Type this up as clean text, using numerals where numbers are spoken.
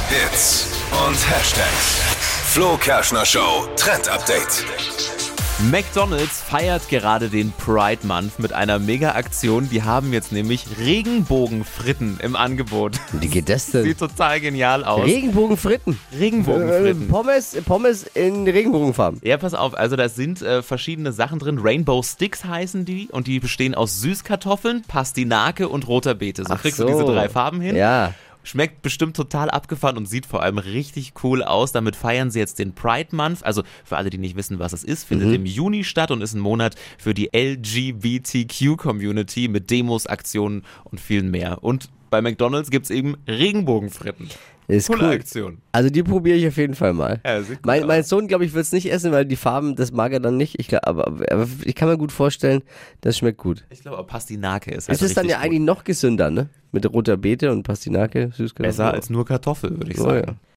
Hits und Hashtags. Flo Kerschner Show Trend Update. McDonald's feiert gerade den Pride Month mit einer Mega-Aktion. Die haben jetzt nämlich Regenbogenfritten im Angebot. Wie geht das denn? Sieht total genial aus. Regenbogenfritten. Regenbogenfritten. Pommes in Regenbogenfarben. Ja, pass auf, also da sind verschiedene Sachen drin. Rainbow Sticks heißen die und die bestehen aus Süßkartoffeln, Pastinake und roter Beete. So kriegst du diese 3 Farben hin. Ja. Schmeckt bestimmt total abgefahren und sieht vor allem richtig cool aus. Damit feiern sie jetzt den Pride Month. Also für alle, die nicht wissen, was es ist, findet im Juni statt und ist ein Monat für die LGBTQ-Community mit Demos, Aktionen und viel mehr. Und bei McDonald's gibt es eben Regenbogenfritten. Ist Coole cool. Aktion. Also die probiere ich auf jeden Fall mal. Ja, sieht gut Mein aus. Sohn, glaube ich, wird es nicht essen, weil die Farben, das mag er dann nicht. Aber ich kann mir gut vorstellen, das schmeckt gut. Ich glaube, Pastinake ist halt Es ist dann richtig ja eigentlich noch gesünder, ne? Mit roter Beete und Pastinake, Süßkartoffeln. besser als nur Kartoffel, würde ich Oh, sagen. ja.